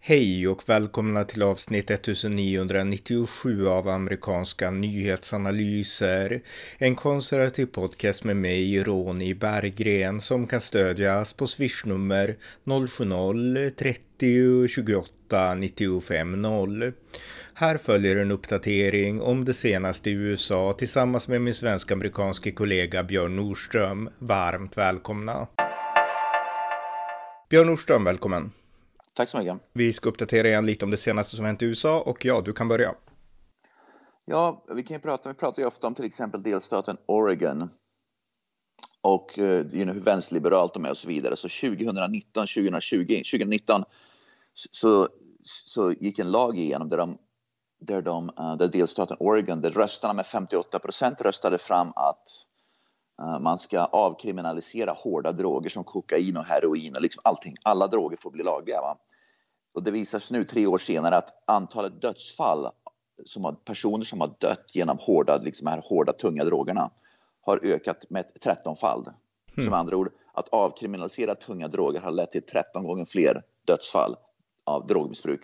Hej och välkomna till avsnitt 1997 av amerikanska nyhetsanalyser. En konservativ podcast med mig, Ronny Berggren, som kan stödjas på swishnummer 070-30 28 95 0. Här följer en uppdatering om det senaste i USA tillsammans med min svensk-amerikanske kollega Björn Nordström. Varmt välkomna. Björn Nordström, välkommen. Tack så mycket. Vi ska uppdatera igen lite om det senaste som hänt i USA och ja, du kan börja. Ja, vi pratar ju ofta om till exempel delstaten Oregon och hur vänsterliberalt de är och så vidare. Så 2019 så gick en lag igenom där delstaten Oregon, där röstarna med 58% röstade fram att man ska avkriminalisera hårda droger som kokain och heroin och liksom allting. Alla droger får bli lagliga, va? Och det visar sig nu 3 år senare att antalet dödsfall personer som har dött genom hårda tunga drogerna har ökat med 13-fald. Som andra ord, att avkriminalisera tunga droger har lett till 13 gånger fler dödsfall av drogmissbruk.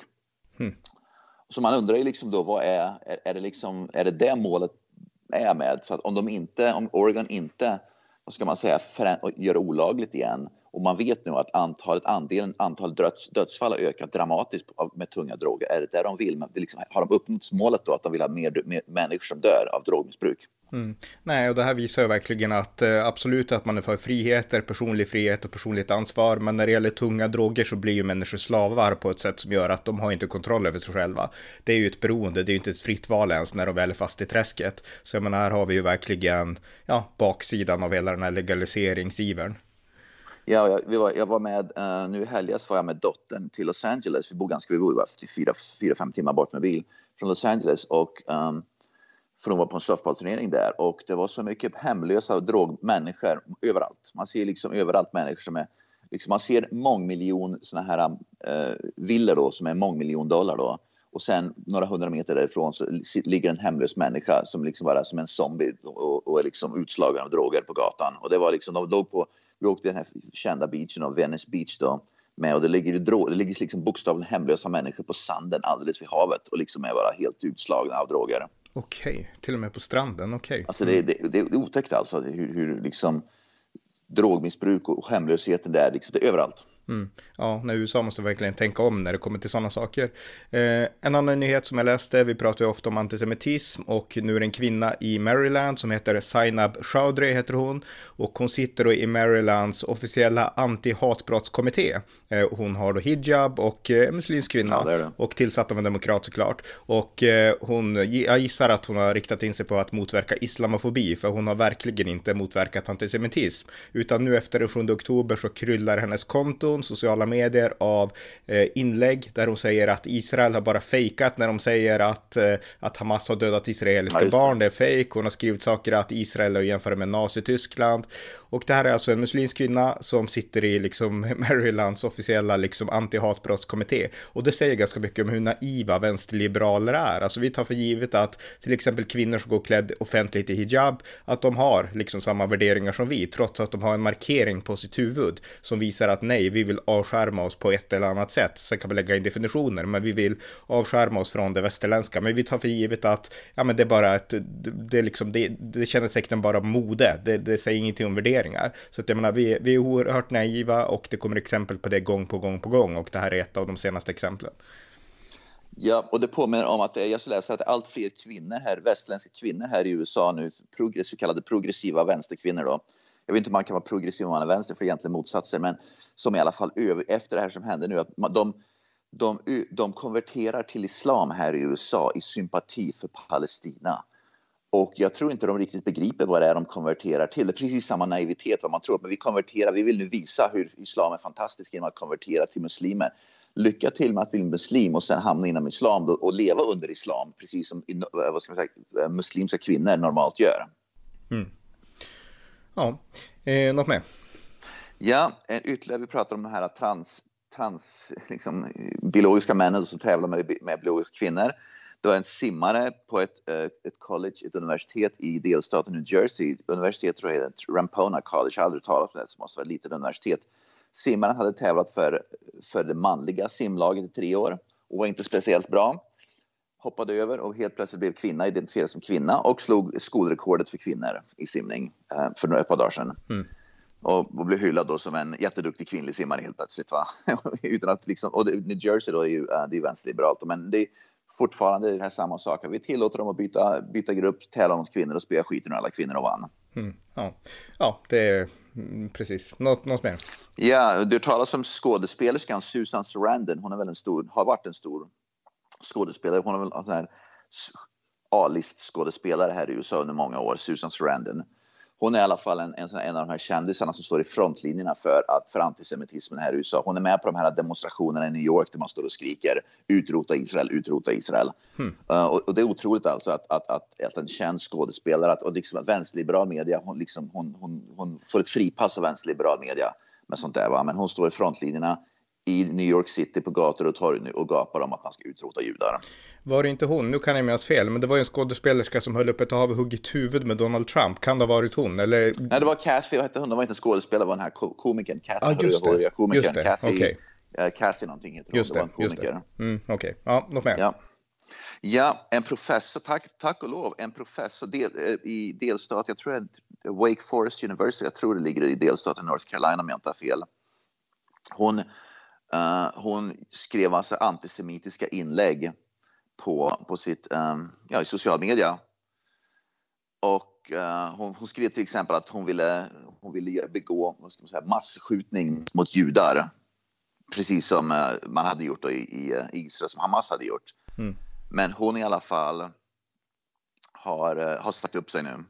Så man undrar ju liksom då, vad är det målet är med? Så att om Oregon inte, vad ska man säga, gör olagligt igen, och man vet nu att antal dödsfall har ökat dramatiskt med tunga droger. Är det där de vill? Men har de uppnått målet då att de vill ha mer människor som dör av drogmissbruk? Nej, och det här visar ju verkligen att absolut att man är för friheter, personlig frihet och personligt ansvar, men när det gäller tunga droger så blir ju människor slavar på ett sätt som gör att de har inte kontroll över sig själva. Det är ju ett beroende, det är ju inte ett fritt val ens när de väl är fast i träsket. Så jag menar, här har vi ju verkligen baksidan av hela den här legaliseringsivern. Ja, jag var med, nu i helgas var jag med dottern till Los Angeles. Vi bor 4-5 timmar bort med bil från Los Angeles, och för hon var på en softballturnering där, och det var så mycket hemlösa drogmänniskor överallt. Man ser liksom överallt människor som är man ser mångmiljon såna här villor då, som är $mångmiljon då, och sen några 100 meter därifrån så ligger en hemlös människa som bara som en zombie och är liksom utslagen av droger på gatan. Och det var vi åkte till den här kända beachen av Venice Beach då, och det ligger liksom bokstavligen hemlösa människor på sanden alldeles vid havet och liksom är bara helt utslagna av droger. Okej, till och med på stranden, okej. Alltså det är otäckt alltså, hur liksom drogmissbruk och hemlösheten det är överallt. Ja, när USA måste verkligen tänka om när det kommer till sådana saker. En annan nyhet som jag läste, vi pratar ju ofta om antisemitism, och nu är det en kvinna i Maryland som heter Zainab Chowdhury heter hon, och hon sitter då i Marylands officiella anti-hatbrottskommitté. Hon har då hijab och muslimsk kvinna, det. Och tillsatt av en demokrat såklart. Och jag gissar att hon har riktat in sig på att motverka islamofobi, för hon har verkligen inte motverkat antisemitism, utan nu efter den 7 oktober så kryllar hennes konton, sociala medier, av inlägg där hon säger att Israel har bara fejkat när de säger att Hamas har dödat israeliska barn. Det är fejk. Hon har skrivit saker att Israel är jämför med Nazityskland. Och det här är alltså en muslimsk kvinna som sitter i liksom Marylands officiella liksom anti-hatbrottskommitté. Och det säger ganska mycket om hur naiva vänsterliberaler är. Alltså vi tar för givet att till exempel kvinnor som går klädd offentligt i hijab, att de har liksom samma värderingar som vi, trots att de har en markering på sitt huvud som visar att nej, vi vill avskärma oss på ett eller annat sätt. Sen kan vi lägga in definitioner, men vi vill avskärma oss från det västerländska. Men vi tar för givet att det är bara det kännetecknar bara mode. Det säger ingenting om värderingar. Så att jag menar, vi är oerhört naiva, och det kommer exempel på det gång på gång, och det här är ett av de senaste exemplen. Ja, och det påminner om att jag läser att allt fler västerländska kvinnor här i USA nu, så kallade progressiva vänsterkvinnor då. Jag vet inte om man kan vara progressiv om man är vänster, för egentligen motsatser, men som i alla fall efter det här som händer nu, att de konverterar till islam här i USA i sympati för Palestina. Och jag tror inte de riktigt begriper vad det är de konverterar till. Det är precis samma naivitet vad man tror, men vi vill nu visa hur islam är fantastisk genom att konvertera till muslimer. Lycka till med att bli muslim och sen hamna inom islam då, och leva under islam, precis som muslimska kvinnor normalt gör. Ja, något mer? Ja, ytterligare vi pratar om de här biologiska männen som tävlar med biologiska kvinnor. Det var en simmare på ett universitet i delstaten New Jersey. Universitetet tror jag heter Rampona College, jag har aldrig talat om det, som måste vara ett litet universitet. Simmaren hade tävlat för det manliga simlaget i 3 år och var inte speciellt bra. Hoppade över och helt plötsligt blev kvinna, identifierad som kvinna och slog skolrekordet för kvinnor i simning för ett par dagar sedan. Och blev hyllad då som en jätteduktig kvinnlig simmare helt plötsligt, va? Utan att liksom, och New Jersey då är ju det är vänsterliberalt, men det är fortfarande det här samma sak. Vi tillåter dem att byta grupp, tävla mot kvinnor och spela skiten och alla kvinnor och vann. Ja, det är precis. Något mer? Ja, du talar om skådespelerskan Susan Sarandon. Hon är väl har varit en stor skådespelare. Hon är väl en sån här A-list skådespelare här i USA under många år, Susan Sarandon. Hon är i alla fall en av de här kändisarna som står i frontlinjerna för antisemitismen här i USA. Hon är med på de här demonstrationerna i New York där man står och skriker utrota Israel, utrota Israel. Och det är otroligt alltså att en känd skådespelare och liksom vänsterliberal media, hon får ett fripass av vänsterliberal media med sånt där, va? Men hon står i frontlinjerna i New York City på gator och torg nu och gapar om att man ska utrota judar. Var det inte hon? Nu kan jag minnas fel, men det var ju en skådespelerska som höll upp ett huggit huvud med Donald Trump. Kan det ha varit hon? Eller? Nej, det var Cassie, hette hon. Det var inte en skådespelare, det var den här komikern. Just det. Cassie, Cassie någonting heter hon. Just det, var en komiker. Okej. Ja, något mer. Ja, en professor, tack och lov, en professor i delstat, jag tror det är Wake Forest University, jag tror det ligger i delstaten North Carolina om jag inte har fel. Hon skrev alltså antisemitiska inlägg på sitt i social media. Och hon skrev till exempel att hon ville begå masskjutning mot judar. Precis som man hade gjort då i Israel, som Hamas hade gjort. Men hon i alla fall har sagt upp sig nu.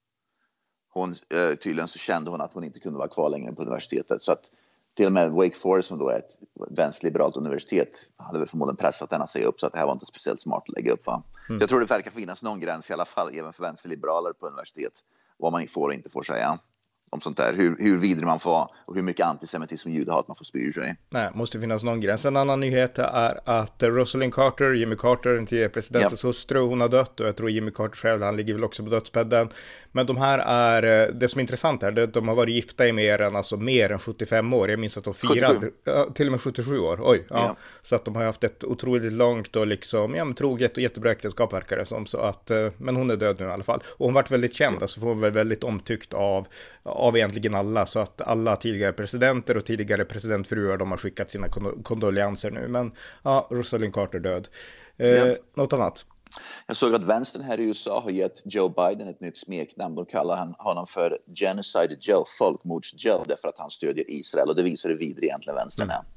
Tydligen så kände hon att hon inte kunde vara kvar längre på universitetet. Så att till och med Wake Forest, som då är ett vänsterliberalt universitet, hade väl förmodligen pressat den att säga upp, så att det här var inte speciellt smart att lägga upp, va? Jag tror det verkar finnas någon gräns i alla fall, även för vänsterliberaler på universitet, vad man får och inte får säga om sånt där. Hur vidrig man får vara och hur mycket antisemitism och judehat man får spy ur sig. Nej, måste finnas någon gräns. En annan nyhet är att Rosalind Carter, Jimmy Carter, den tidigare presidentens hustru, hon har dött, och jag tror Jimmy Carter själv, han ligger väl också på dödsbädden. Men de här är, det som är intressant här, det är att de har varit gifta i mer än 75 år. Jag minns att de firade, till och med 77 år. Så att de har haft ett otroligt långt och liksom, troget och jättebra äktenskap verkar det som. Så att, men hon är död nu i alla fall. Och hon varit väldigt känd, alltså hon var väldigt omtyckt av egentligen alla, så att alla tidigare presidenter och tidigare presidentfruar, de har skickat sina kondolenser nu, men Rosalind Carter död. Något annat? Jag såg att vänstern här i USA har gett Joe Biden ett nytt smeknamn. De kallar honom för Genocide Joe, folkmords Joe, därför att han stödjer Israel, och det visar hur vidrig egentligen vänstern är.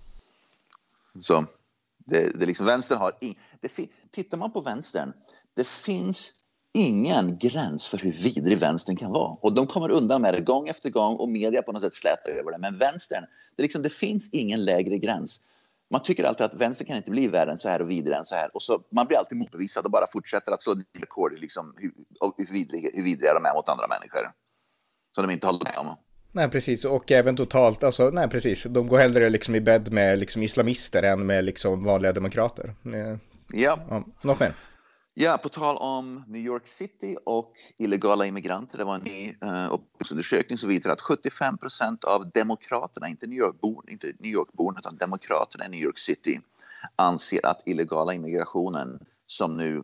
Så det liksom, vänstern har tittar man på vänstern, det finns ingen gräns för hur vidrig vänstern kan vara. Och de kommer undan med det gång efter gång, och media på något sätt slätar över det. Men vänstern, det finns ingen lägre gräns. Man tycker alltid att vänstern kan inte bli värre än så här och vidare än så här. Och så man blir alltid motbevisad och bara fortsätter att slå rekord liksom, hur vidriga de är mot andra människor. Som de inte håller med om. Nej, precis. Och även totalt, alltså, nej, precis. De går hellre liksom i bädd med liksom islamister än med liksom vanliga demokrater. Något mer? Ja, på tal om New York City och illegala immigranter, det var en ny undersökning som visar att 75% av demokraterna, inte New York-borna, utan demokraterna i New York City anser att illegala immigrationen som nu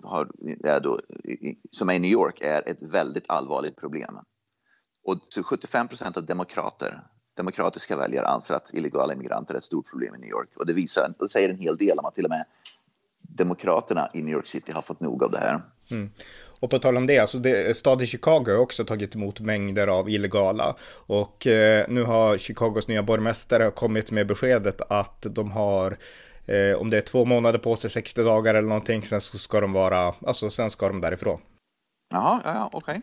som är i New York är ett väldigt allvarligt problem. Och 75% av demokratiska väljare anser att illegala immigranter är ett stort problem i New York. Och det säger en hel del om att till och med demokraterna i New York City har fått nog av det här. Och på tal om det, alltså staden Chicago har också tagit emot mängder av illegala, och nu har Chicagos nya borgmästare kommit med beskedet att de har om det är 2 månader på sig, 60 dagar eller någonting, sen ska de därifrån. Jaha, okej.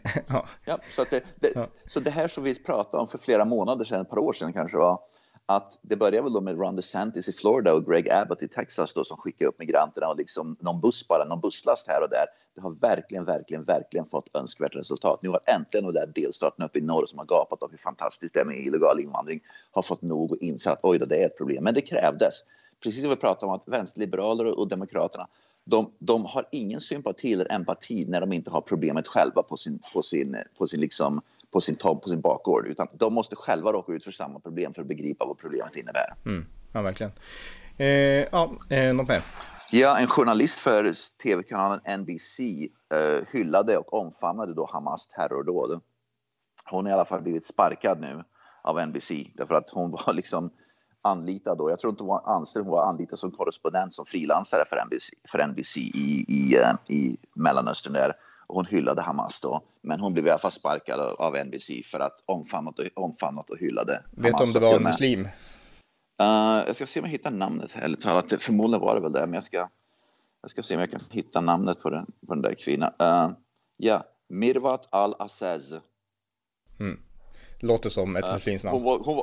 Så det här som vi pratade om för flera månader sedan, ett par år sedan kanske, var att det började väl då med Ron DeSantis i Florida och Greg Abbott i Texas då, som skickade upp migranterna, och liksom någon busslast här och där. Det har verkligen fått önskvärt resultat. Nu har äntligen de där delstaterna uppe i norr som har gapat av hur fantastiskt det är med illegal invandring har fått nog och inser att oj då, det är ett problem. Men det krävdes. Precis som vi pratade om, att vänsterliberaler och demokraterna, de har ingen sympati eller empati när de inte har problemet själva på sin bakgård, utan de måste själva råka ut för samma problem för att begripa vad problemet innebär. Ja, verkligen. Något mer? Ja, en journalist för tv-kanalen NBC hyllade och omfamnade då Hamas terrordåd. Hon har i alla fall blivit sparkad nu av NBC därför att hon var liksom anlitad då. Jag tror inte hon var anställd, hon var anlitad som korrespondent, som frilansare för NBC i Mellanöstern där. Och hon hyllade Hamas då, men hon blev i alla fall sparkad av NBC för att omfamnat och hyllade Vet Hamas. om det var en muslim? Jag ska se om jag hittar namnet, eller talat, förmodligen var det väl det, men jag ska se om jag kan hitta namnet på den där kvinnan. Mirvat Al-Azaz. Låter som ett muslimskt namn.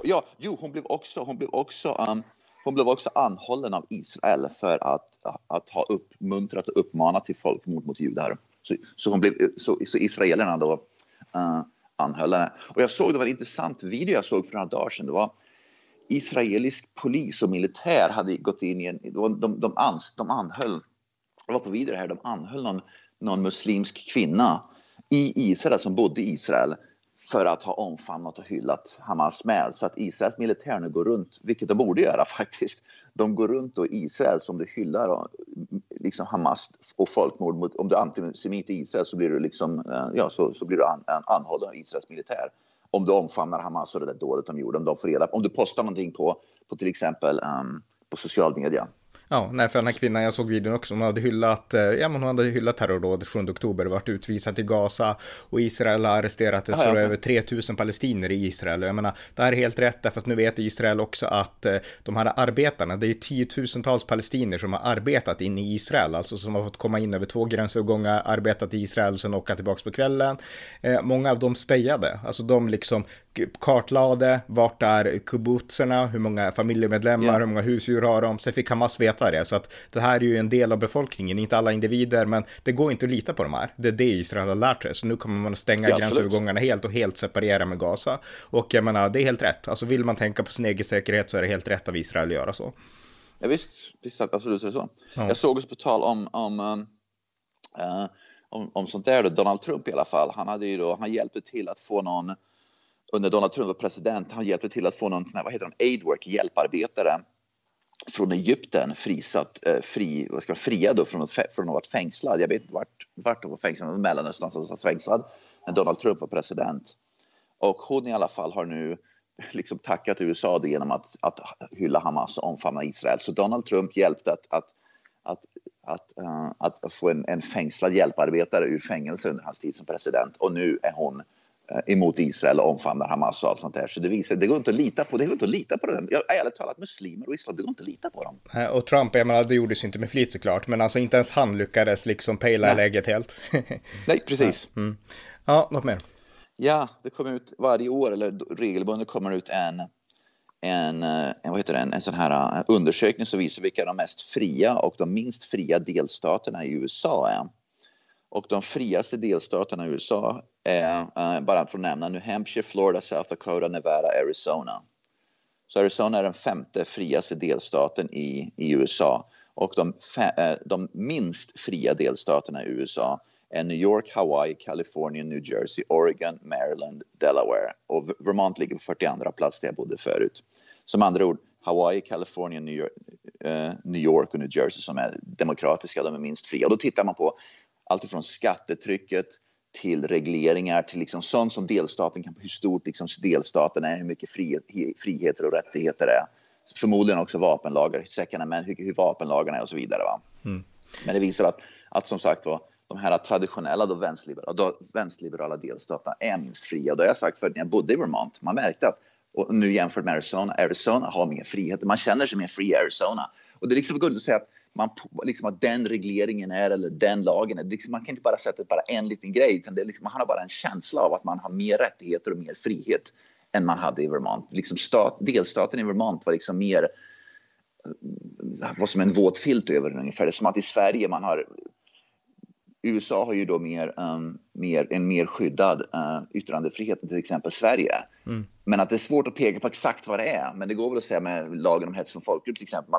Hon blev också anhållen av Israel för att ha uppmuntrat och uppmanat till folkmord mot judar. Så israelerna då anhöll henne. Och jag såg, det var en intressant video jag såg för några dagar sedan. Det var israelisk polis och militär hade gått in i de anhöll, jag var på video här, de anhöll någon muslimsk kvinna i Israel som bodde i Israel för att ha omfamnat och hyllat Hamas med. Så att Israels militär nu går runt, vilket de borde göra faktiskt. De går runt och Israel som du hyllar liksom Hamas och folkmord mot, om du är antisemit i Israel så blir du liksom så blir du anhållen av Israels militär. Om du omfamnar Hamas och det där dådet de gjorde, om du postar någonting på till exempel på social media. Ja, nej, för den här kvinnan, jag såg videon också, hon hade hyllat terrordåd 7 oktober, varit utvisad till Gaza och Israel har arresterat över 3000 palestiner i Israel. Och jag menar, det här är helt rätt därför att nu vet Israel också att de här arbetarna, det är 10 000-tals palestiner som har arbetat in i Israel, alltså som har fått komma in över 2 gränsövergångar, arbetat i Israel och sen åka tillbaka på kvällen. Många av dem spejade, alltså de liksom kartlade vart är kubutserna, hur många familjemedlemmar, hur många husdjur har de, så fick Hamas veta det. Så att det här är ju en del av befolkningen, inte alla individer, men det går inte att lita på de här. Det är det Israel har lärt sig. Så nu kommer man att stänga gränsövergångarna helt och helt separera med Gaza. Och jag menar, det är helt rätt. Alltså vill man tänka på sin egen säkerhet så är det helt rätt av Israel att göra så. Ja visst absolut så. Ja. Jag såg också på tal om sånt där då, Donald Trump i alla fall. Han hjälpte till att få någon, under Donald Trump var president, han hjälpte till att få någon sån här, aidwork, hjälparbetare från Egypten fria då från att ha varit fängslad. Jag vet inte vart de var fängslade, men Mellanöstern var fängslad när Donald Trump var president. Och hon i alla fall har nu liksom tackat USA det genom att hylla Hamas och omfamna Israel. Så Donald Trump hjälpte att få en fängslad hjälparbetare ur fängelse under hans tid som president. Och nu är hon emot Israel och omfamnar Hamas och allt sånt där. Så det visar, det går inte att lita på. Det går inte att lita på dem. Jag har ärligt talat, muslimer och islam, det går inte att lita på dem. Och Trump, jag menar, det gjordes inte med flit såklart, men alltså inte ens han lyckades liksom pejla läget helt. Nej, precis. Ja, något mer? Ja, det kommer ut varje år, eller regelbundet kommer ut en sån här undersökning som visar vilka de mest fria och de minst fria delstaterna i USA är. Och de friaste delstaterna i USA är, bara för att nämna, New Hampshire, Florida, South Dakota, Nevada, Arizona. Så Arizona är den 5:e friaste delstaten i USA. Och de minst fria delstaterna i USA är New York, Hawaii, California, New Jersey, Oregon, Maryland, Delaware. Och Vermont ligger på 42:a plats där jag bodde förut. Som andra ord, Hawaii, California, New York och New Jersey som är demokratiska, de är minst fria. Och då tittar man på allt ifrån skattetrycket till regleringar till liksom sånt som delstaten kan, hur stort liksom delstaten är, hur mycket friheter och rättigheter det är. Förmodligen också vapenlagar, men hur vapenlagarna är och så vidare. Va? Men det visar att som sagt var, de här traditionella vänsterliberala delstaterna är minst fria. Och det har jag sagt förut när jag bodde i Vermont. Man märkte att, och nu jämfört med Arizona har mer friheter. Man känner sig mer fri i Arizona. Och det är liksom gulligt att säga att den regleringen är eller den lagen är. Liksom, man kan inte bara sätta bara en liten grej. Utan det är liksom, man har bara en känsla av att man har mer rättigheter och mer frihet än man hade i Vermont. Liksom delstaten i Vermont var liksom mer var som en våt filt över den ungefär. Det är som att i Sverige USA har ju då mer en mer skyddad yttrandefrihet än till exempel Sverige. Men att det är svårt att peka på exakt vad det är. Men det går väl att säga med lagen om hets från folkgrupp till exempel.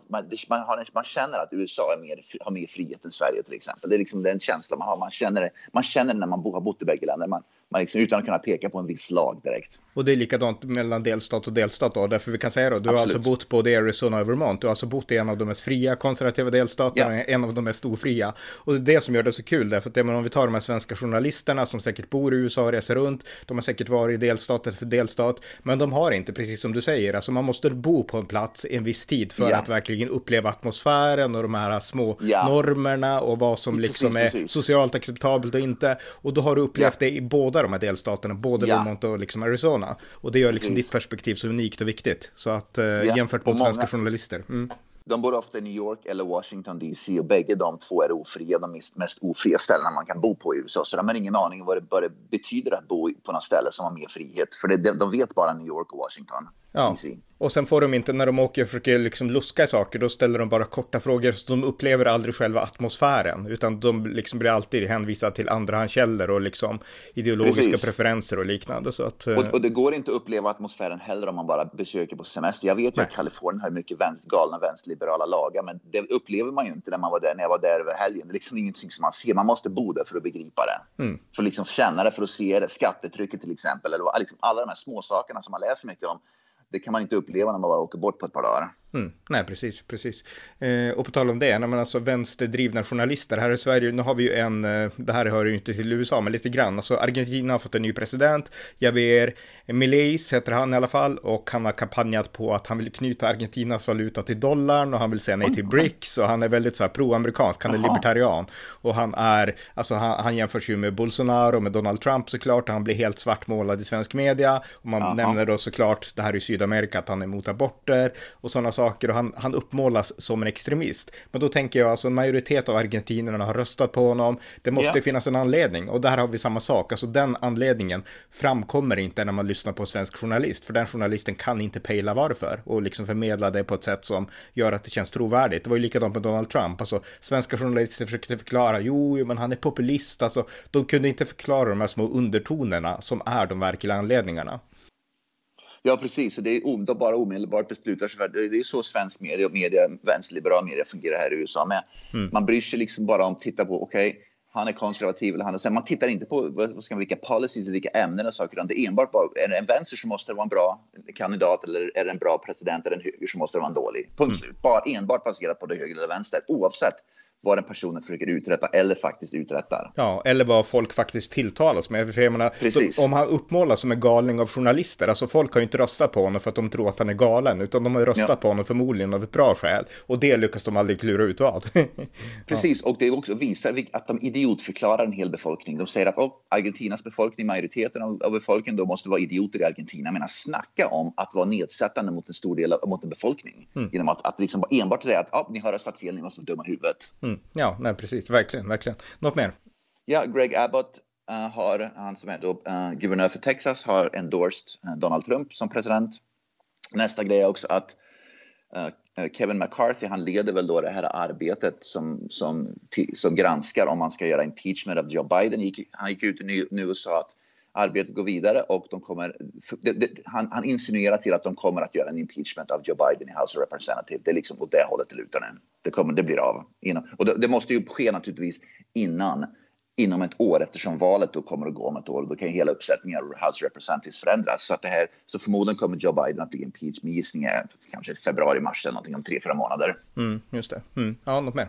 Man känner att USA har mer frihet än Sverige till exempel. Det är liksom den känslan man har. Man känner när man har bott i bägge länder. Man liksom, utan att kunna peka på en viss lag direkt. Och det är likadant mellan delstat och delstat då. Därför vi kan säga då, du har alltså bott både i Arizona och Vermont. Du har alltså bott i en av de mest fria konservativa delstaterna, en av de mest ofria. Och det är det som gör det så kul. Därför att om vi tar de här svenska journalisterna som säkert bor i USA och reser runt. De har säkert varit i delstat efter delstat. Men de har inte, precis som du säger. Alltså man måste bo på en plats en viss tid för att verkligen uppleva atmosfären och de här små normerna och vad som liksom är socialt acceptabelt och inte. Och då har du upplevt det i båda de här delstaterna, både Vermont och liksom Arizona. Och det gör liksom ditt perspektiv så unikt och viktigt. Så att jämfört med svenska journalister. De bor ofta i New York eller Washington DC och bägge de två är ofria, de mest ofria ställena man kan bo på i USA. Så de har ingen aning om vad det betyder att bo på något ställe som har mer frihet. För de vet bara New York och Washington. Ja, och sen får de inte, när de åker och försöker liksom luska i saker, då ställer de bara korta frågor, så de upplever aldrig själva atmosfären, utan de liksom blir alltid hänvisade till andrahandskällor och liksom ideologiska preferenser och liknande. Så att, och det går inte att uppleva atmosfären heller om man bara besöker på semester. Jag vet ju att Kalifornien har mycket galna vänsterliberala lagar, men det upplever man ju inte när jag var där över helgen. Det är liksom ingenting som man ser, man måste bo där för att begripa det. För att liksom känna det, för att se det, skattetrycket till exempel, eller liksom alla de här små sakerna som man läser mycket om. Det kan man inte uppleva när man bara åker bort på ett par dagar. Nej, precis. Och på tal om det, när man alltså vänsterdrivna journalister här i Sverige, nu har vi ju det här hör ju inte till USA, men lite grann. Alltså Argentina har fått en ny president, Javier Milei heter han i alla fall, och han har kampanjat på att han vill knyta Argentinas valuta till dollarn och han vill säga nej till BRICS och han är väldigt så här pro-amerikansk, han är libertarian och han jämförs ju med Bolsonaro, med Donald Trump såklart, och han blir helt svartmålad i svensk media och man nämner då såklart, det här i Sydamerika, att han är emot aborter och sådana saker, och han uppmålas som en extremist. Men då tänker jag, alltså en majoritet av argentinerna har röstat på honom. Det måste finnas en anledning, och där har vi samma sak. Alltså den anledningen framkommer inte när man lyssnar på en svensk journalist, för den journalisten kan inte pejla varför och liksom förmedla det på ett sätt som gör att det känns trovärdigt. Det var ju likadant med Donald Trump. Alltså svenska journalister försökte förklara, jo men han är populist. Alltså de kunde inte förklara de här små undertonerna som är de verkliga anledningarna. Ja, precis. Så det är bara omedelbart beslutar sig för. Det är så svensk media, vänsterliberal media fungerar här i USA med. Man bryr sig liksom bara om att titta på, han är konservativ eller han är så. Man tittar inte på vilka policies, vilka ämnen och saker. Det är enbart bara, är det en vänster så måste det vara en bra kandidat, eller är det en bra president, eller en höger så måste det vara en dålig. Punkt slut. Enbart baserat på det höger eller vänster, oavsett vad den personen försöker uträtta eller faktiskt uträttar. Ja, eller vad folk faktiskt tilltalas med. För jag menar, om han uppmålas som en galning av journalister, alltså folk har ju inte röstat på honom för att de tror att han är galen, utan de har röstat på honom förmodligen av ett bra skäl. Och det lyckas de aldrig klura ut vad. Precis, och det också visar att de idiotförklarar en hel befolkning. De säger att Argentinas befolkning, majoriteten av befolkningen då måste vara idioter i Argentina. Men att snacka om att vara nedsättande mot en stor del mot en befolkning. Genom att liksom enbart säga att ni har röstat fel, ni måste vara dumma i huvudet. Ja, nej, precis. Verkligen. Något mer? Ja, Greg Abbott han som är då guvernör för Texas har endorsed Donald Trump som president. Nästa grej är också att Kevin McCarthy, han leder väl då det här arbetet som granskar om man ska göra impeachment av Joe Biden. Han gick ut nu och sa att arbetet går vidare och han insinuerar till att de kommer att göra en impeachment av Joe Biden i House of Representatives. Det är liksom åt det hållet det lutar nu. Det blir av. Och det måste ju ske naturligtvis inom ett år, eftersom valet då kommer att gå om ett år. Då kan ju hela uppsättningen av House of Representatives förändras. Så förmodligen kommer Joe Biden att bli impeached med gissning kanske februari-mars eller någonting om 3-4 månader. Just det. Ja, något mer.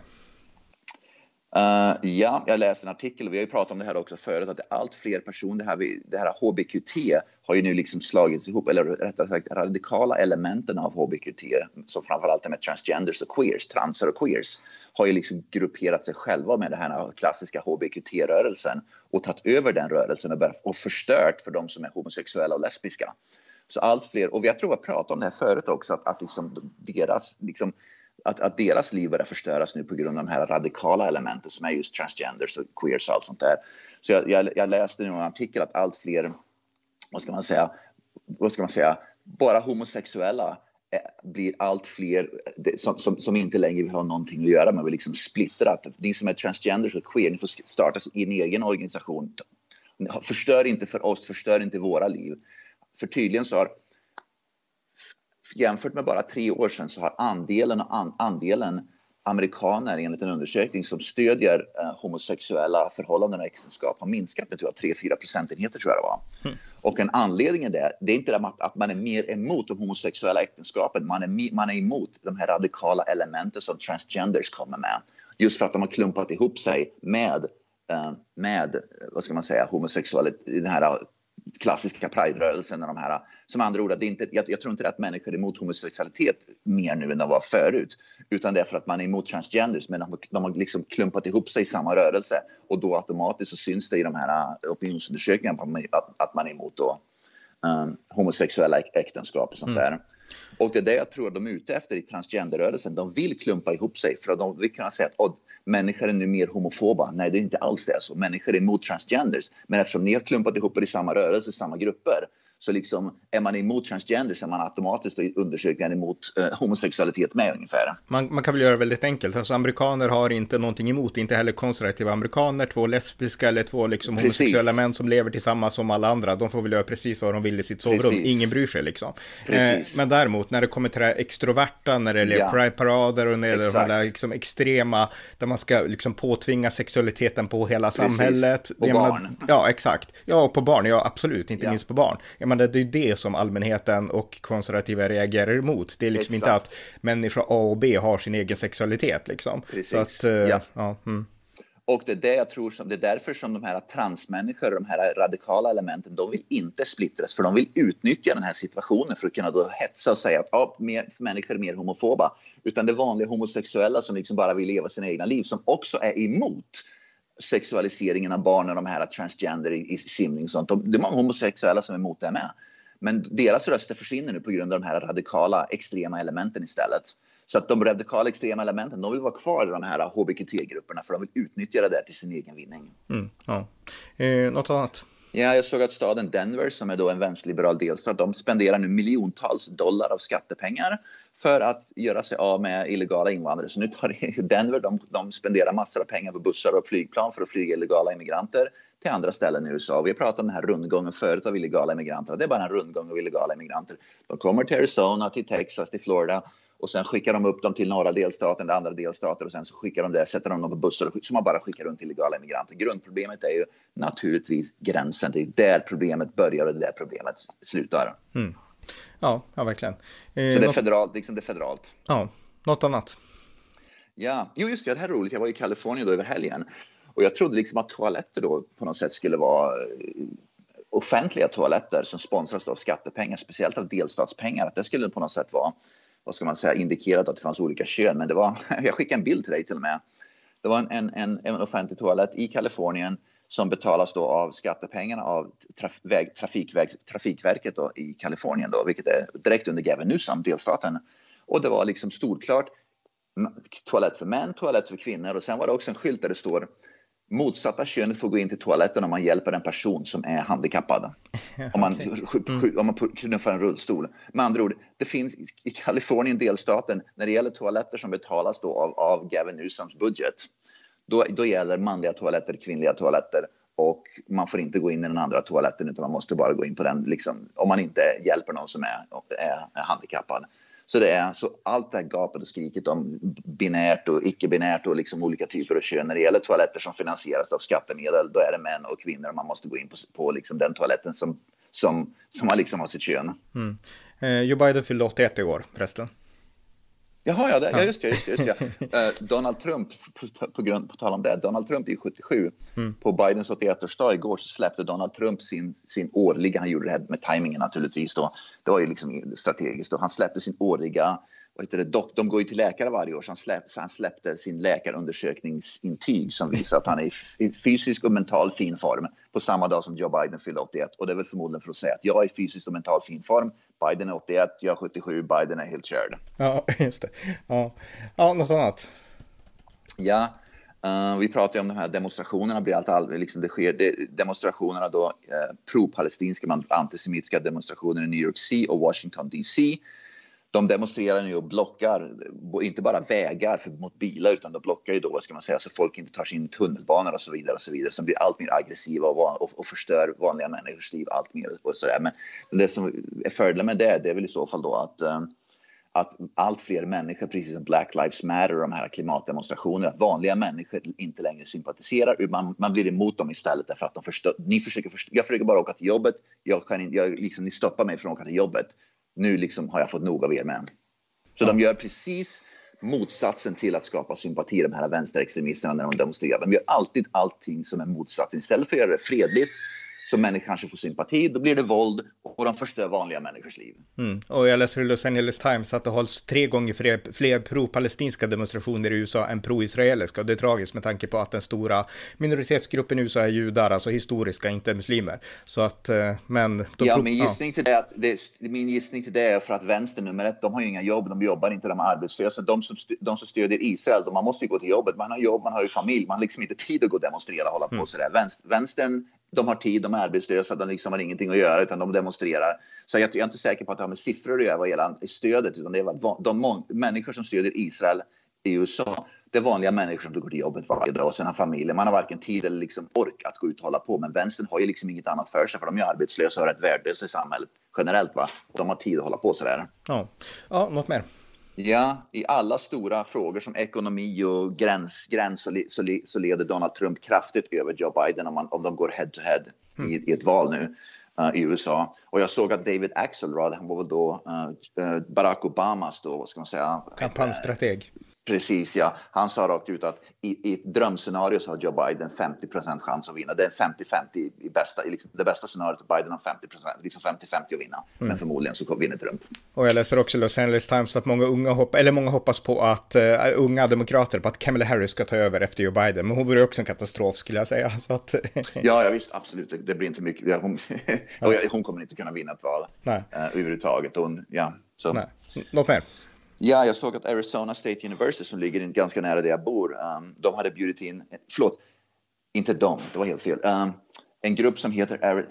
Jag läste en artikel, vi har ju pratat om det här också förut, att allt fler personer, det här HBQT har ju nu liksom slagits ihop, eller rättare sagt radikala elementen av HBQT, som framförallt är med transgenders och queers, transer och queers, har ju liksom grupperat sig själva med den här klassiska HBQT-rörelsen och tagit över den rörelsen och förstört för de som är homosexuella och lesbiska. Så allt fler, och jag tror jag pratade om det här förut också, att deras liv börjar förstöras nu på grund av de här radikala elementen som är just transgenders och queers och allt sånt där. Så jag läste i en artikel att allt fler, vad ska man säga, bara homosexuella blir allt fler som inte längre vill ha någonting att göra med, vill liksom splittra. Ni som är transgenders och queer, ni får starta i en egen organisation. Förstör inte för oss, förstör inte våra liv. För tydligen så har, jämfört med bara 3 år sedan, så har andelen amerikaner enligt en undersökning som stödjer homosexuella förhållanden och äktenskap har minskat med 3-4 procentenheter, tror jag det var. Och en anledning är det är inte att man är mer emot de homosexuella äktenskapen, man är emot de här radikala elementen som transgenders kommer med. Just för att de har klumpat ihop sig med vad ska man säga, homosexualitet, den här klassiska pride-rörelsen och de här, som andra ord, att det inte, jag tror inte att människor är emot homosexualitet mer nu än de var förut, utan det är för att man är emot transgenders, men de har liksom klumpat ihop sig i samma rörelse, och då automatiskt så syns det i de här opinionsundersökningarna att man är emot då, homosexuella äktenskap och sånt där. Och det är det jag tror att de är ute efter i transgenderrörelsen. De vill klumpa ihop sig för att de vill kunna säga att människor är nu mer homofoba. Nej, det är inte alls det. Så människor är emot transgenders. Men eftersom ni har klumpat ihop er i samma rörelse, samma grupper, så liksom är man emot transgenders, är man automatiskt i undersökningen emot homosexualitet med ungefär. Man kan väl göra det väldigt enkelt. Alltså amerikaner har inte någonting emot, inte heller konservativa amerikaner, 2 lesbiska eller 2 liksom homosexuella män som lever tillsammans som alla andra. De får väl göra precis vad de vill i sitt sovrum. Precis. Ingen bryr sig liksom. Men däremot när det kommer till det här extroverta, när det är pride-parader och när det är de där liksom extrema, där man ska liksom påtvinga sexualiteten på hela samhället. Och barn. Ja, exakt. Ja, och på barn. Ja, absolut. Inte minst på barn. Men det är det som allmänheten och konservativa reagerar emot. Det är liksom inte att människor A och B har sin egen sexualitet liksom. Precis. Så att, Och det är det jag tror, det är därför som de här transmänniskor, de här radikala elementen, de vill inte splittras, för de vill utnyttja den här situationen för att kunna då hetsa och säga att människor är mer homofoba, utan det vanliga homosexuella som liksom bara vill leva sina egna liv, som också är emot sexualiseringen av barn och de här transgender i simning och sånt. Det är många homosexuella som är emot det med. Men deras röster försvinner nu på grund av de här radikala extrema elementen istället. Så att de radikala extrema elementen, de vill vara kvar i de här HBQT-grupperna, för de vill utnyttja det där till sin egen vinning. Något annat? Ja, jag såg att staden Denver, som är då en vänsterliberal delstat, de spenderar nu miljontals dollar av skattepengar för att göra sig av med illegala invandrare. Så nu tar Denver, de spenderar massor av pengar på bussar och flygplan för att flyga illegala immigranter till andra ställen i USA. Vi har pratat om den här rundgången förut av illegala immigranter. Det är bara en rundgång av illegala immigranter. De kommer till Arizona, till Texas, till Florida, och sen skickar de upp dem till norra delstaten, till andra delstater, och sen så skickar de det, sätter de dem på bussar som man bara skickar runt illegala immigranter. Grundproblemet är ju naturligtvis gränsen. Det är där problemet börjar och det är där problemet slutar. Ja, verkligen. Så det är federalt, liksom det är federalt. Ja, något annat? Ja, just det här är roligt. Jag var i Kalifornien då över helgen. Och jag trodde liksom att toaletter då på något sätt skulle vara offentliga toaletter som sponsras av skattepengar, speciellt av delstatspengar. Att det skulle på något sätt vara, vad ska man säga, indikerat att det fanns olika kön. Men det var, jag skickade en bild till dig till och med. Det var en offentlig toalett i Kalifornien som betalas då av skattepengarna av Trafikverket då i Kalifornien då, vilket är direkt under Gavin Newsom, delstaten. Och det var liksom storklart toalett för män, toalett för kvinnor, och sen var det också en skylt där det står motsatta könet får gå in till toaletten om man hjälper en person som är handikappad. Om man knuffar en rullstol. Med andra ord, det finns i Kalifornien, delstaten, när det gäller toaletter som betalas då av Gavin Newsoms budget, då gäller manliga toaletter, kvinnliga toaletter, och man får inte gå in i den andra toaletten, utan man måste bara gå in på den liksom, om man inte hjälper någon som är handikappad. Så det är så allt det här gapet och skriket om binärt och icke-binärt och liksom olika typer av kön. När det gäller toaletter som finansieras av skattemedel, då är det män och kvinnor, och man måste gå in på liksom den toaletten som man liksom har sitt kön. Joe Biden fyllde 81 i år, förresten. Jaha, just det. Donald Trump, på tal om det, Donald Trump är 77. På Bidens 81-årsdag igår så släppte Donald Trump sin årliga, han gjorde det här med tajmingen naturligtvis då, det var ju liksom strategiskt då, han släppte sin årliga, de går ju till läkare varje år, så han släppte sin läkarundersökningsintyg som visar att han är i fysisk och mental fin form på samma dag som Joe Biden fyllde 81, och det är väl förmodligen för att säga att jag är i fysisk och mental fin form, Biden är 81, jag är 77, Biden är helt körd. Ja, just det. Ja, något annat? Ja, vi pratar ju om de här demonstrationerna, blir allt liksom det sker demonstrationerna då, pro-palestinska, antisemitiska demonstrationer i New York City och Washington DC. de demonstrerar nu och blockar inte bara vägar mot bilar, utan de blockar ju då, vad ska man säga, så folk inte tar sig in i tunnelbanor och så vidare, som blir allt mer aggressiva och förstör vanliga människors liv allt mer och sådär. Men det som är fördelen med det är väl i så fall då att allt fler människor, precis som Black Lives Matter och de här klimatdemonstrationerna, att vanliga människor inte längre sympatiserar, man blir emot dem istället därför att jag försöker bara åka till jobbet, ni stoppar mig från att åka till jobbet, nu liksom har jag fått nog av er män. Så de gör precis motsatsen till att skapa sympati, de här vänsterextremisterna, när de demonstrerar. De gör alltid allting som är motsatsen. Istället för att göra det fredligt, så människor kanske får sympati, då blir det våld och de förstör vanliga människors liv. Och jag läser i Los Angeles Times att det hålls 3 gånger fler pro-palestinska demonstrationer i USA än pro-israeliska, och det är tragiskt med tanke på att den stora minoritetsgruppen i USA är judar, alltså historiska, inte muslimer. Så att, men... Min gissning till det är för att vänster nummer 1, de har ju inga jobb, de jobbar inte, de är arbetslösa. De som stödjer Israel, man måste ju gå till jobbet, man har jobb, man har ju familj, man har liksom inte tid att gå och demonstrera och hålla på sådär. Vänstern, de har tid, de är arbetslösa, de liksom har ingenting att göra, utan de demonstrerar. Så jag är inte säker på att det har med siffror att göra vad gäller stödet, utan det är de människor som stödjer Israel i USA, det är vanliga människor som går till jobbet varje dag och sen har familjer. Man har varken tid eller liksom ork att gå ut och hålla på, men vänstern har ju liksom inget annat för sig, för de är arbetslösa och rätt värdelösa i samhället generellt, va? De har tid att hålla på sådär. Ja, något mer? Ja, i alla stora frågor som ekonomi och gräns så leder Donald Trump kraftigt över Joe Biden om de går head to head i ett val nu i USA. Och jag såg att David Axelrod, han var väl då Barack Obamas då, vad ska man säga, kampanjstrateg. Precis, ja. Han sa rakt ut att i ett drömscenario så har Joe Biden 50% chans att vinna. Det är 50-50 i bästa, liksom det bästa scenariot. Biden har 50%, liksom 50-50 att vinna. Men förmodligen så vinner Trump. Och jag läser också i Los Angeles Times att många hoppas på att unga demokrater, på att Kamala Harris ska ta över efter Joe Biden. Men hon vore också en katastrof, skulle jag säga. Så att... ja, visst, absolut. Det blir inte mycket. Hon kommer inte kunna vinna ett val överhuvudtaget. Nej. Något mer? Ja, jag såg att Arizona State University, som ligger ganska nära där jag bor, de hade bjudit in, inte de, det var helt fel, en grupp som heter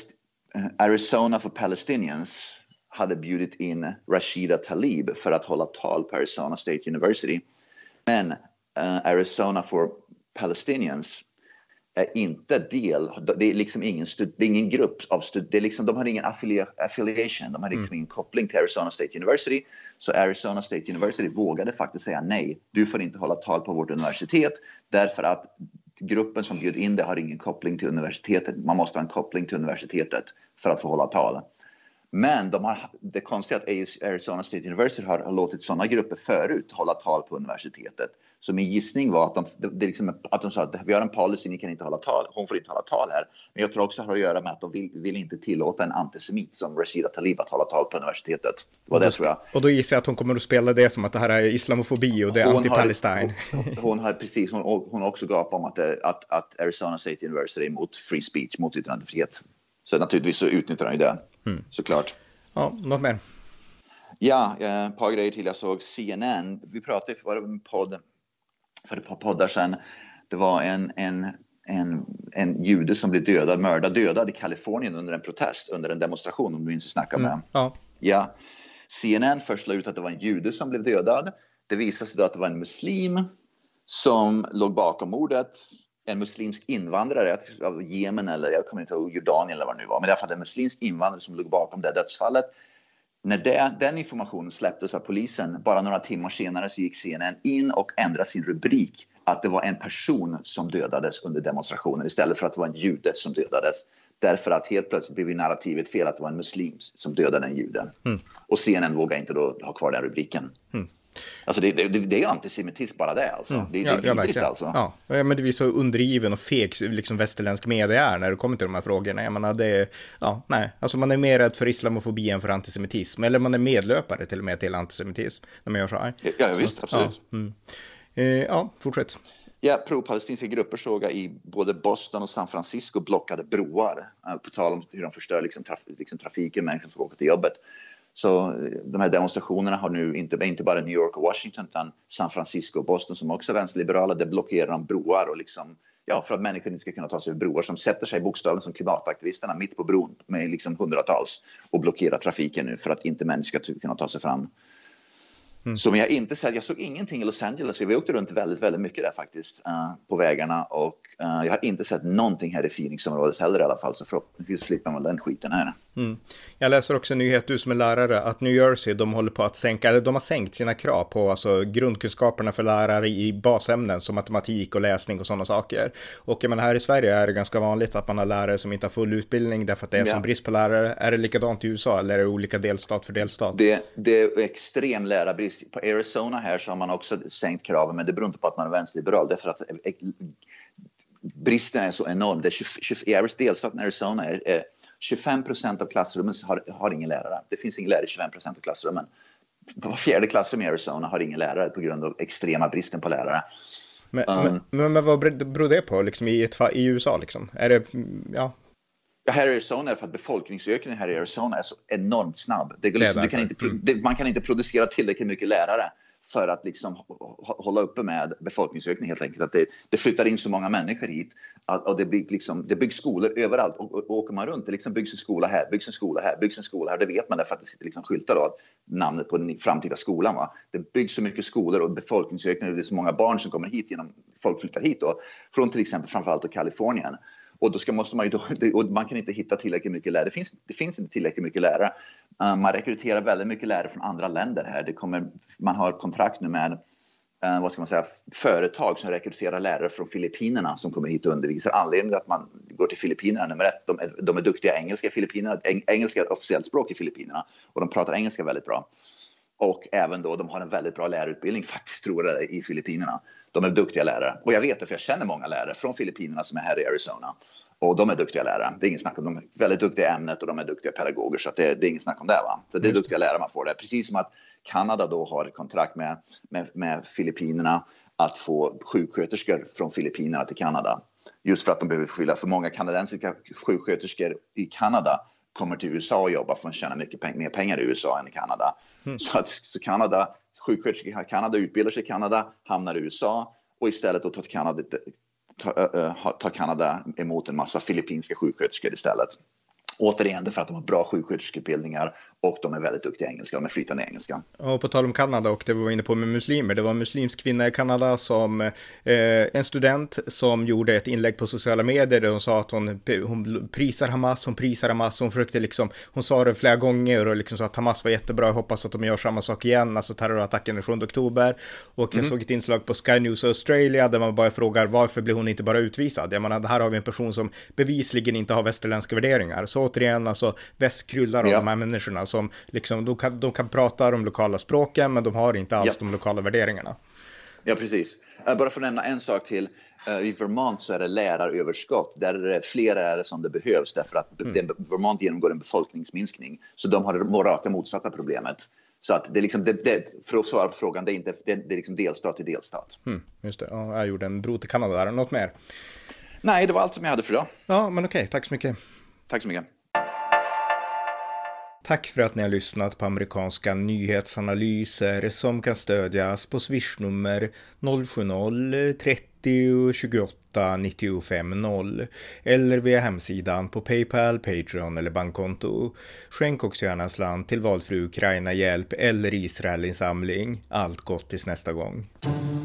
Arizona for Palestinians hade bjudit in Rashida Tlaib för att hålla tal på Arizona State University. Men Arizona for Palestinians är inte det är liksom ingen grupp av det är liksom, de har ingen affiliation, de har liksom ingen koppling till Arizona State University. Så Arizona State University vågade faktiskt säga nej, du får inte hålla tal på vårt universitet, därför att gruppen som bjöd in det har ingen koppling till universitetet. Man måste ha en koppling till universitetet för att få hålla tal. Men det konstiga är att Arizona State University har låtit sådana grupper förut hålla tal på universitetet. Så min gissning var att de sa att vi har en policy, ni kan inte hålla tal, hon får inte hålla tal här. Men jag tror också att det har att göra med att de vill inte tillåta en antisemit som Rashida Tlaib att hålla tal på universitetet. Det tror jag. Och då gissar jag att hon kommer att spela det som att det här är islamofobi och det är anti-Palestine. Hon har också gapat om att Arizona State University är emot free speech, mot yttrandefrihet. Så naturligtvis så utnyttjar han ju det, såklart. Ja, något mer? Ja, ett par grejer till. Jag såg CNN. Vi pratade för ett par poddar sedan. Det var en jude som blev dödad i Kalifornien under en protest, under en demonstration, om du inte snackar med. Ja. CNN först la ut att det var en jude som blev dödad. Det visade sig då att det var en muslim som låg bakom mordet. En muslimsk invandrare av Jemen, eller jag kommer inte ihåg, Jordanien eller vad det nu var. Men i alla fall en muslimsk invandrare som låg bakom det dödsfallet. När den informationen släpptes av polisen, bara några timmar senare, så gick CNN in och ändrade sin rubrik. Att det var en person som dödades under demonstrationen istället för att det var en jude som dödades. Därför att helt plötsligt blev narrativet fel, att det var en muslim som dödade en jude. Och CNN vågar inte då ha kvar den rubriken. Alltså det är ju antisemitism bara det, alltså. Det är vidrigt, alltså. Ja, men det är så undergiven och feg liksom västerländsk media är när det kommer till de här frågorna. Jag menar, alltså man är mer rädd för islamofobi än för antisemitism, eller man är medlöpare till och med till antisemitism när man gör så här. Ja, visst, absolut. Fortsätt. Ja, pro-palestinska grupper såg jag i både Boston och San Francisco blockade broar, på tal om hur de förstör liksom trafiken, människor som åker till jobbet. Så de här demonstrationerna har nu inte bara New York och Washington, utan San Francisco och Boston, som också är vänsterliberala, det blockerar de broar och liksom ja, för att människor inte ska kunna ta sig över broar, som sätter sig bokstavligen som klimataktivisterna mitt på bron med liksom hundratals och blockerar trafiken nu för att inte människor ska kunna ta sig fram. Som jag såg ingenting i Los Angeles. Vi åkte runt väldigt, väldigt mycket där faktiskt på vägarna, och jag har inte sett någonting här i Phoenix-området heller i alla fall, så förhoppningsvis slipper man den skiten här. Jag läser också en nyhet, du som är lärare, att New Jersey, de håller på att sänka, eller de har sänkt sina krav på alltså grundkunskaperna för lärare i basämnen som matematik och läsning och sådana saker. Och jag menar, här i Sverige är det ganska vanligt att man har lärare som inte har full utbildning därför att det är som brist på lärare. Är det likadant i USA eller är det olika delstat för delstat? Det är extrem lärarbrist. På Arizona här så har man också sänkt kraven, men det beror inte på att man är vänsterliberal, därför att bristen är så enorm. I delstaten Arizona är 25% av klassrummen har ingen lärare. Det finns ingen lärare i 25% av klassrummen. Var fjärde klassrum i Arizona har ingen lärare på grund av extrema bristen på lärare. Men vad beror det på liksom, i USA? Liksom? Är det, ja... Här i Arizona är för att befolkningsökningen här i Arizona är så enormt snabb. Man kan inte producera tillräckligt mycket lärare för att liksom hålla uppe med befolkningsökning helt enkelt. Att det flyttar in så många människor hit, och det byggs skolor överallt, och åker man runt, det liksom byggs en skola här, byggs en skola här, byggs en skola här. Det vet man därför att det sitter liksom skyltar då, namnet på den framtida skolan. Va? Det byggs så mycket skolor och befolkningsökning, och det är så många barn som kommer hit folk flyttar hit då, från till exempel framförallt då Kalifornien. Och då måste man ju och man kan inte hitta tillräckligt mycket lärare. Det finns inte tillräckligt mycket lärare. Man rekryterar väldigt mycket lärare från andra länder här. Man har kontrakt nu med företag som rekryterar lärare från Filippinerna som kommer hit och undervisar. Anledningen till att man går till Filippinerna, nummer ett, de är duktiga engelska i Filippinerna. Engelska är officiellt språk i Filippinerna, och de pratar engelska väldigt bra. Och även då, de har en väldigt bra lärarutbildning faktiskt, tror jag, i Filippinerna. De är duktiga lärare. Och jag vet det, för jag känner många lärare från Filippinerna som är här i Arizona. Och de är duktiga lärare. Det är ingen snack om. De är väldigt duktiga i ämnet, och de är duktiga pedagoger. Så att det är ingen snack om det, va? Så det är duktiga lärare man får där. Precis som att Kanada då har kontrakt med Filippinerna att få sjuksköterskor från Filippinerna till Kanada. Just för att de behöver fylla. För många kanadensiska sjuksköterskor i Kanada kommer till USA och jobbar för att tjäna mycket mer pengar i USA än i Kanada. Så sjuksköterskor i Kanada utbildar sig i Kanada, hamnar i USA, och istället då tar Kanada emot en massa filippinska sjuksköterskor istället. Återigen, det för att de har bra sjuksköterskeutbildningar, och de är väldigt duktiga i engelska, de är flytande i engelska. Och på tal om Kanada och det vi var inne på med muslimer, det var en muslimsk kvinna i Kanada som en student som gjorde ett inlägg på sociala medier där hon sa att hon prisar Hamas, hon försökte liksom, hon sa det flera gånger och liksom sa att Hamas var jättebra, jag hoppas att de gör samma sak igen, alltså terrorattacken den 7 oktober. Och jag såg ett inslag på Sky News Australia där man bara frågar varför blir hon inte bara utvisad? Jag menar, här har vi en person som bevisligen inte har västerländska värderingar. Så återigen, alltså väst kryllar av de här människorna som liksom, de kan prata de lokala språken, men de har inte alls de lokala värderingarna. Ja, precis. Bara för att nämna en sak till. I Vermont så är det läraröverskott. Där är det fler lärare som det behövs, därför att Vermont genomgår en befolkningsminskning. Så de har det raka motsatta problemet. Så att det är liksom, för att svara på frågan, det är liksom delstat till delstat. Just det, ja, jag gjorde en bro till Kanada där. Något mer? Nej, det var allt som jag hade för idag. Ja, men okej, tack så mycket. Tack så mycket. Tack för att ni har lyssnat på amerikanska nyhetsanalyser som kan stödjas på Swish-nummer 070-30 28 95 0 eller via hemsidan på PayPal, Patreon eller bankkonto. Skänk också gärna en slant till valfri Ukraina-hjälp eller Israel-insamling. Allt gott tills nästa gång.